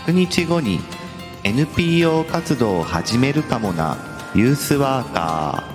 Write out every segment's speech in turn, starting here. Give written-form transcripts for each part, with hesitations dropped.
100日後に NPO 活動を始めるかもなユースワーカ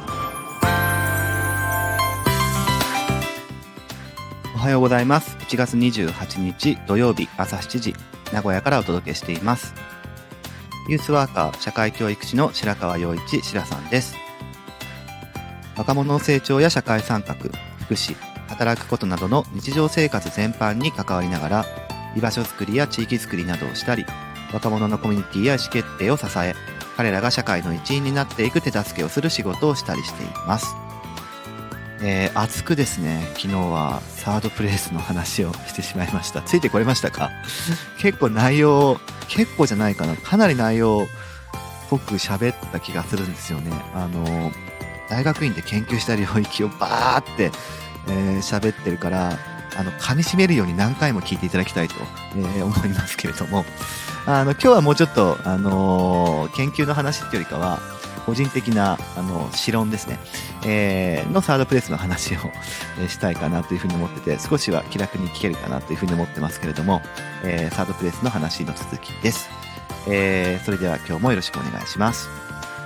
ー。おはようございます。1月28日土曜日朝7時、名古屋からお届けしています。ユースワーカー社会教育士の白川陽一白さんです。若者の成長や社会参画、福祉、働くことなどの日常生活全般に関わりながら、居場所づくりや地域づくりなどをしたり、若者のコミュニティや意思決定を支え、彼らが社会の一員になっていく手助けをする仕事をしたりしています。熱くですね、昨日はサードプレイスの話をしてしまいました。ついてこれましたか？結構内容、結構じゃないかな、かなり内容っぽく喋った気がするんですよね。大学院で研究した領域をバーって喋ってるから、噛み締めるように何回も聞いていただきたいと、思いますけれども、今日はもうちょっと、研究の話っていうよりかは、個人的な、私論ですね、のサードプレイスの話を、したいかなというふうに思ってて、少しは気楽に聞けるかなというふうに思ってますけれども、サードプレイスの話の続きです。それでは今日もよろしくお願いします。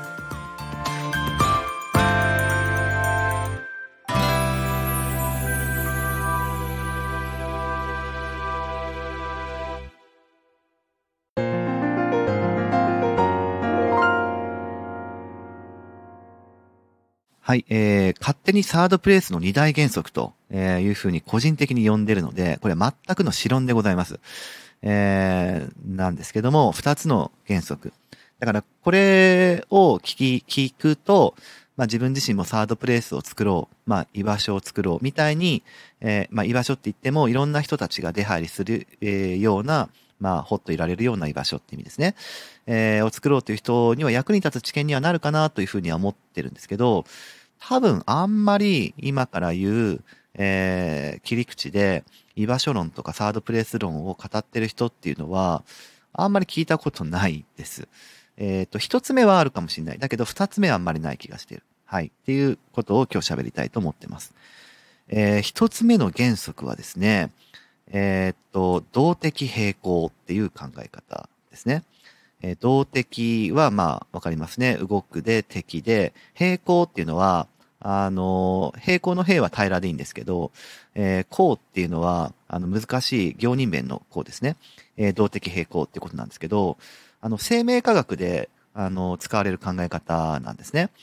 はい、勝手にサードプレイスの2大原則というふうに個人的に呼んでるので、これは全くの私論でございます。なんですけども、2つの原則。だからこれを聞くと、自分自身もサードプレイスを作ろう、居場所を作ろうみたいに、居場所って言ってもいろんな人たちが出入りする、ような、ほっといられるような居場所って意味ですね。を作ろうという人には役に立つ知見にはなるかなというふうには思ってるんですけど、多分あんまり今から言う、切り口で居場所論とかサードプレイス論を語ってる人っていうのはあんまり聞いたことないです。一つ目はあるかもしれない。だけど二つ目はあんまりない気がしている。はい。っていうことを今日喋りたいと思ってます。一つ目の原則はですね、動的平衡っていう考え方ですね。動的はわかりますね。動くで的で、平衡っていうのは、平行の平は平らでいいんですけど、衡っていうのは、難しい行人弁の衡ですね。動的平衡っていうことなんですけど、生命科学で、使われる考え方なんですね。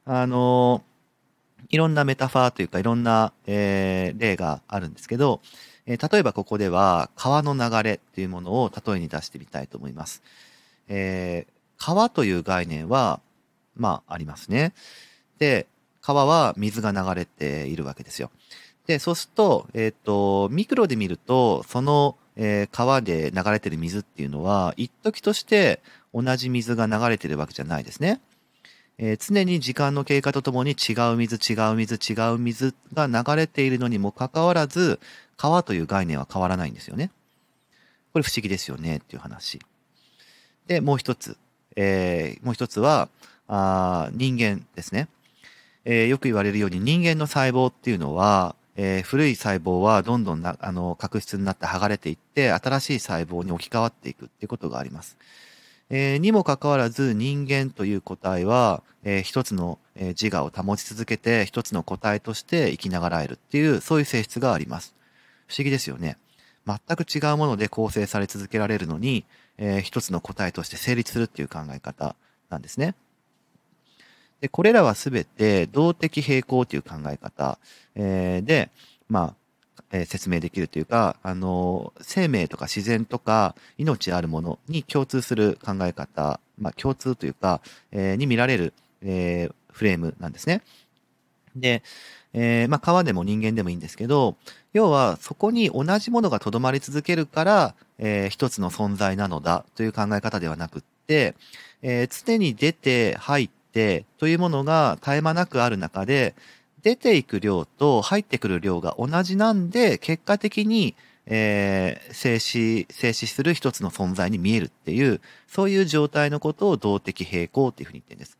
いろんなメタファーというか、いろんな、例があるんですけど、例えばここでは、川の流れっていうものを例えに出してみたいと思います。川という概念は、ありますね。で、川は水が流れているわけですよ。で、そうすると、ミクロで見ると、その、川で流れてる水っていうのは、一時として同じ水が流れてるわけじゃないですね。常に時間の経過とともに違う水が流れているのにもかかわらず、川という概念は変わらないんですよね。これ不思議ですよねっていう話。で、もう一つは、人間ですね。よく言われるように人間の細胞っていうのは、古い細胞はどんどん角質になって剥がれていって、新しい細胞に置き換わっていくっていうことがあります。にもかかわらず人間という個体は、一つの自我を保ち続けて、一つの個体として生きながらえるっていう、そういう性質があります。不思議ですよね。全く違うもので構成され続けられるのに、一つの個体として成立するっていう考え方なんですね。で、これらはすべて動的平衡という考え方、で、説明できるというか、生命とか自然とか命あるものに共通する考え方、共通というか、に見られる、フレームなんですね。で、川でも人間でもいいんですけど、要はそこに同じものが留まり続けるから、一つの存在なのだという考え方ではなくって、常に出て入ってというものが絶え間なくある中で、出ていく量と入ってくる量が同じなんで、結果的に、静止する一つの存在に見えるっていう、そういう状態のことを動的平衡っていうふうに言ってるんです。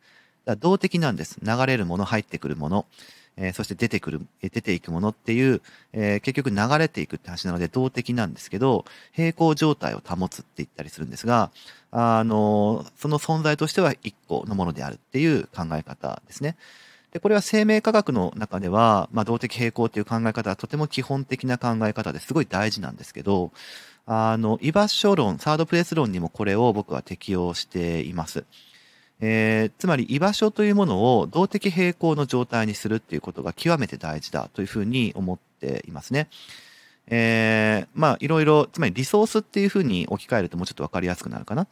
ら動的なんです。流れるもの、入ってくるもの、そして出ていくものっていう、結局流れていくって話なので動的なんですけど、平行状態を保つって言ったりするんですが、その存在としては一個のものであるっていう考え方ですね。で、これは生命科学の中では、動的平衡っていう考え方はとても基本的な考え方ですごい大事なんですけど、居場所論、サードプレイス論にもこれを僕は適用しています。つまり居場所というものを動的平衡の状態にするっていうことが極めて大事だというふうに思っていますね。いろいろ、つまりリソースっていうふうに置き換えるともうちょっとわかりやすくなるかな。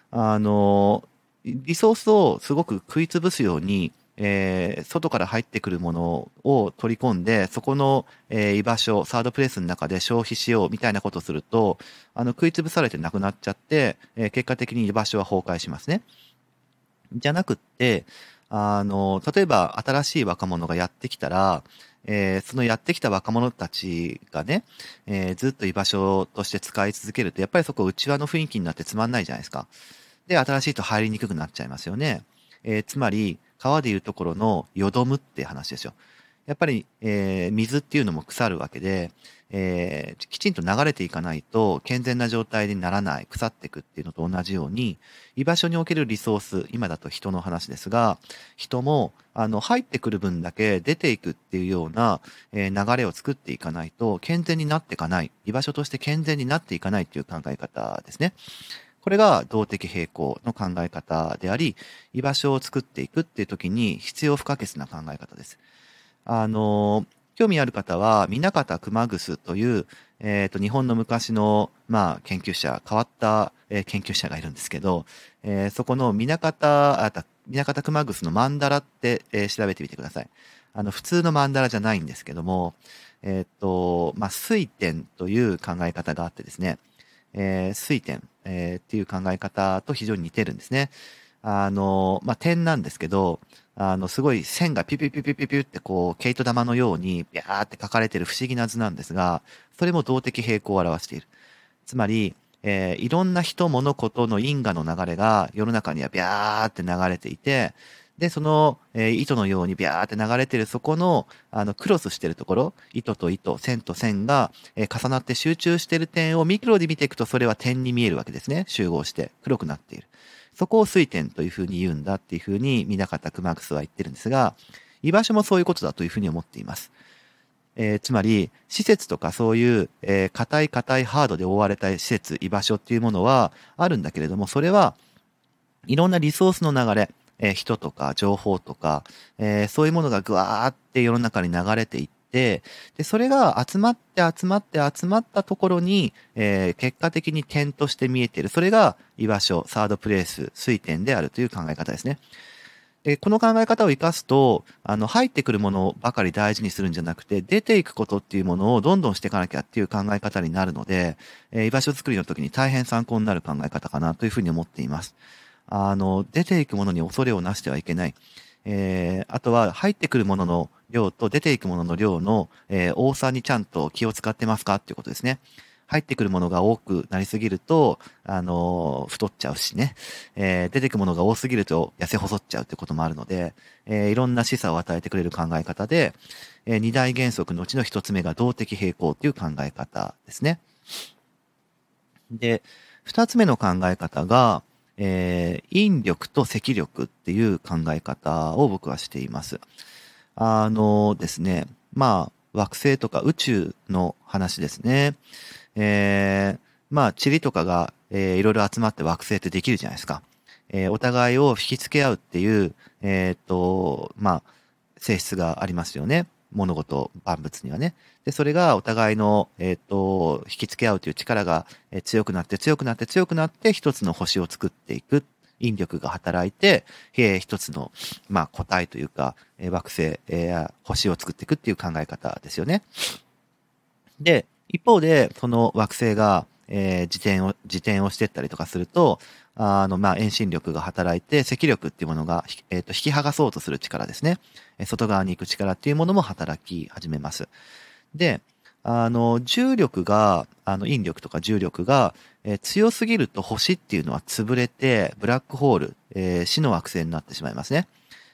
リソースをすごく食いつぶすように、外から入ってくるものを取り込んで、そこの、居場所、サードプレイスの中で消費しようみたいなことをすると、食いつぶされてなくなっちゃって、結果的に居場所は崩壊しますね。じゃなくって、例えば新しい若者がやってきたら、そのやってきた若者たちがね、ずっと居場所として使い続けると、やっぱりそこ内輪の雰囲気になってつまんないじゃないですか。で、新しいと入りにくくなっちゃいますよね。つまり、川でいうところのよどむって話ですよ。やっぱり、水っていうのも腐るわけで、きちんと流れていかないと健全な状態にならない、腐っていくっていうのと同じように、居場所におけるリソース、今だと人の話ですが、人も、入ってくる分だけ出ていくっていうような、流れを作っていかないと健全になっていかない、居場所として健全になっていかないっていう考え方ですね。これが動的平衡の考え方であり、居場所を作っていくっていう時に必要不可欠な考え方です。興味ある方は、南方熊楠という、日本の昔の、研究者、変わった、研究者がいるんですけど、そこの南方熊楠の曼荼羅って、調べてみてください。普通の曼荼羅じゃないんですけども、水天という考え方があってですね、水天、っていう考え方と非常に似てるんですね。点なんですけど、すごい線がピュピュピュピュピュピュってこう、毛糸玉のようにビャーって書かれてる不思議な図なんですが、それも動的平衡を表している。つまり、いろんな人物事の因果の流れが世の中にはビャーって流れていて、で、その、糸のようにビャーって流れてるそこの、クロスしてるところ、糸と糸、線と線が、重なって集中してる点をミクロで見ていくとそれは点に見えるわけですね。集合して黒くなっている。そこを水点というふうに言うんだっていうふうに南方熊楠は言ってるんですが、居場所もそういうことだというふうに思っています。つまり、施設とかそういう、硬いハードで覆われた施設、居場所っていうものはあるんだけれども、それはいろんなリソースの流れ、人とか情報とか、そういうものがぐわーって世の中に流れていって、で、それが集まったところに、結果的に点として見えている。それが居場所、サードプレイス、水点であるという考え方ですね。この考え方を生かすと、入ってくるものばかり大事にするんじゃなくて、出ていくことっていうものをどんどんしていかなきゃっていう考え方になるので、居場所作りの時に大変参考になる考え方かなというふうに思っています。出ていくものに恐れをなしてはいけない。あとは入ってくるものの量と出ていくものの量の、多さにちゃんと気を使ってますかっていうことですね。入ってくるものが多くなりすぎると、太っちゃうしね。出てくるものが多すぎると痩せ細っちゃうってこともあるので、いろんな示唆を与えてくれる考え方で、二大原則のうちの一つ目が動的平衡っていう考え方ですね。で、二つ目の考え方が、引力と積力っていう考え方を僕はしています。ですね、惑星とか宇宙の話ですね。塵とかが、いろいろ集まって惑星ってできるじゃないですか。お互いを引き付け合うっていう、性質がありますよね。物事、万物にはね。で、それがお互いの、引き付け合うという力が強くなって一つの星を作っていく。引力が働いて、一つの、個体というか、惑星、星を作っていくっていう考え方ですよね。で、一方で、その惑星が、自転をしていったりとかすると、遠心力が働いて、積力っていうものが、引き剥がそうとする力ですね。外側に行く力っていうものも働き始めます。で、重力が、引力とか重力が、強すぎると星っていうのは潰れて、ブラックホール、死の惑星になってしまいますね。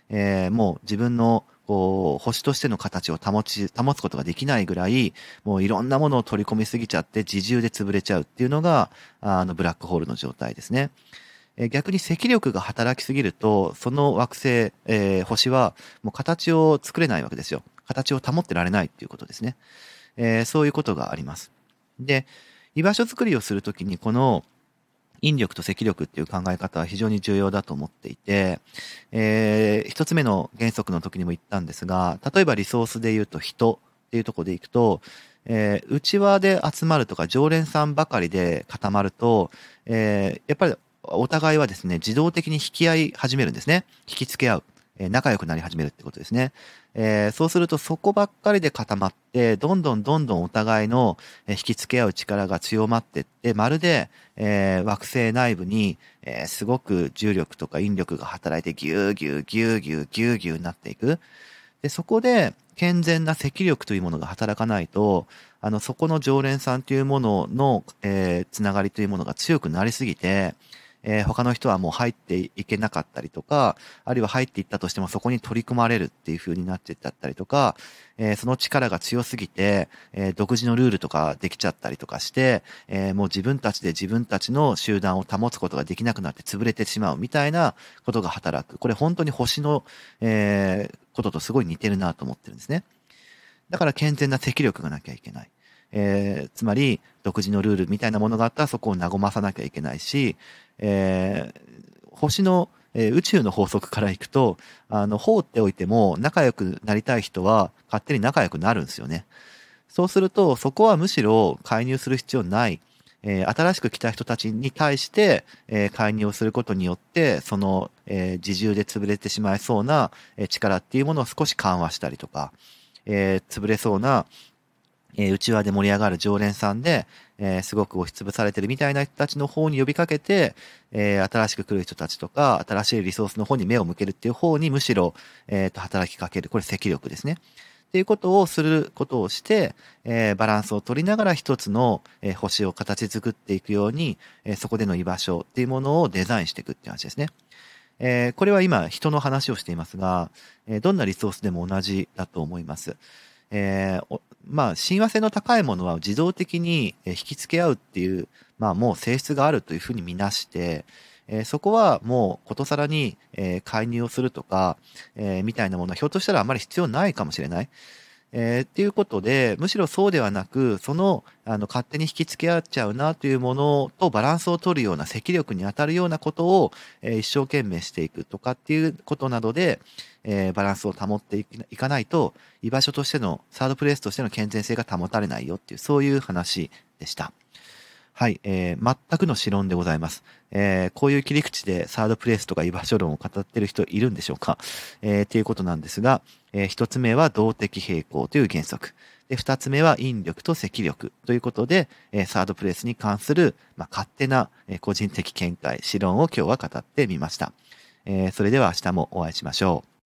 もう自分のこう星としての形を保つことができないぐらい、もういろんなものを取り込みすぎちゃって自重で潰れちゃうっていうのがブラックホールの状態ですね。逆に積力が働きすぎると、その惑星、星はもう形を作れないわけですよ。形を保ってられないっていうことですね。そういうことがあります。で、居場所作りをするときにこの引力と積力っていう考え方は非常に重要だと思っていて、一つ目の原則の時にも言ったんですが、例えばリソースで言うと人っていうところでいくと、内輪で集まるとか常連さんばかりで固まると、やっぱりお互いはですね、自動的に引き合い始めるんですね。引きつけ合う。仲良くなり始めるってことですね。そうするとそこばっかりで固まって、どんどんお互いの引きつけ合う力が強まっていって、まるで、惑星内部に、すごく重力とか引力が働いてギューギューギューギューギューギューになっていく。で、そこで健全な積力というものが働かないと、そこの常連さんというものの、つながりというものが強くなりすぎて、他の人はもう入っていけなかったりとか、あるいは入っていったとしてもそこに取り組まれるっていう風になっていっちゃったりとか、その力が強すぎて、独自のルールとかできちゃったりとかして、もう自分たちで自分たちの集団を保つことができなくなって潰れてしまうみたいなことが働く。これ本当に星の、こととすごい似てるなと思ってるんですね。だから健全な積力がなきゃいけない。つまり独自のルールみたいなものがあったらそこを和まさなきゃいけないし、星の、宇宙の法則からいくと、放っておいても仲良くなりたい人は勝手に仲良くなるんですよね。そうすると、そこはむしろ介入する必要ない。新しく来た人たちに対して、介入をすることによって、その、自重で潰れてしまいそうな、力っていうものを少し緩和したりとか、潰れそうな、内輪で盛り上がる常連さんで、すごく押しつぶされてるみたいな人たちの方に呼びかけて、新しく来る人たちとか、新しいリソースの方に目を向けるっていう方にむしろ、働きかける。これ積力ですね。っていうことをすることをして、バランスを取りながら一つの、星を形作っていくように、そこでの居場所っていうものをデザインしていくっていう話ですね。これは今人の話をしていますが、どんなリソースでも同じだと思います。まあ、親和性の高いものは自動的に引きつけ合うっていう、まあもう性質があるというふうに見なして、そこはもうことさらに、介入をするとか、みたいなものはひょっとしたらあまり必要ないかもしれない。っていうことで、むしろそうではなく、その、勝手に引きつけ合っちゃうなというものとバランスを取るような積力に当たるようなことを、一生懸命していくとかっていうことなどで、バランスを保っていかないと、居場所としての、サードプレイスとしての健全性が保たれないよっていう、そういう話でした。はい、全くの私論でございます。こういう切り口でサードプレイスとか居場所論を語ってる人いるんでしょうか、っていうことなんですが、一つ目は動的平衡という原則。で、二つ目は引力と積力ということで、サードプレイスに関する、勝手な、個人的見解、私論を今日は語ってみました。それでは明日もお会いしましょう。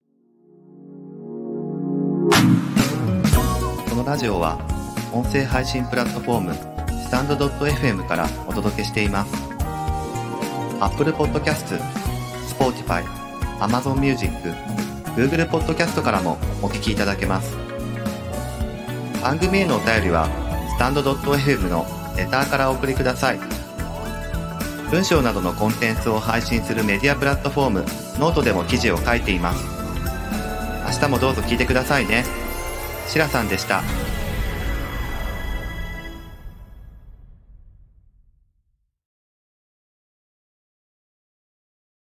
このラジオは音声配信プラットフォームスタンド .fm からお届けしています。Apple Podcast、Spotify、Amazon Music、Google Podcast からもお聞きいただけます。番組へのお便りはスタンド .fm のレターからお送りください。文章などのコンテンツを配信するメディアプラットフォームノートでも記事を書いています。明日もどうぞ聞いてくださいね。しらさんでした。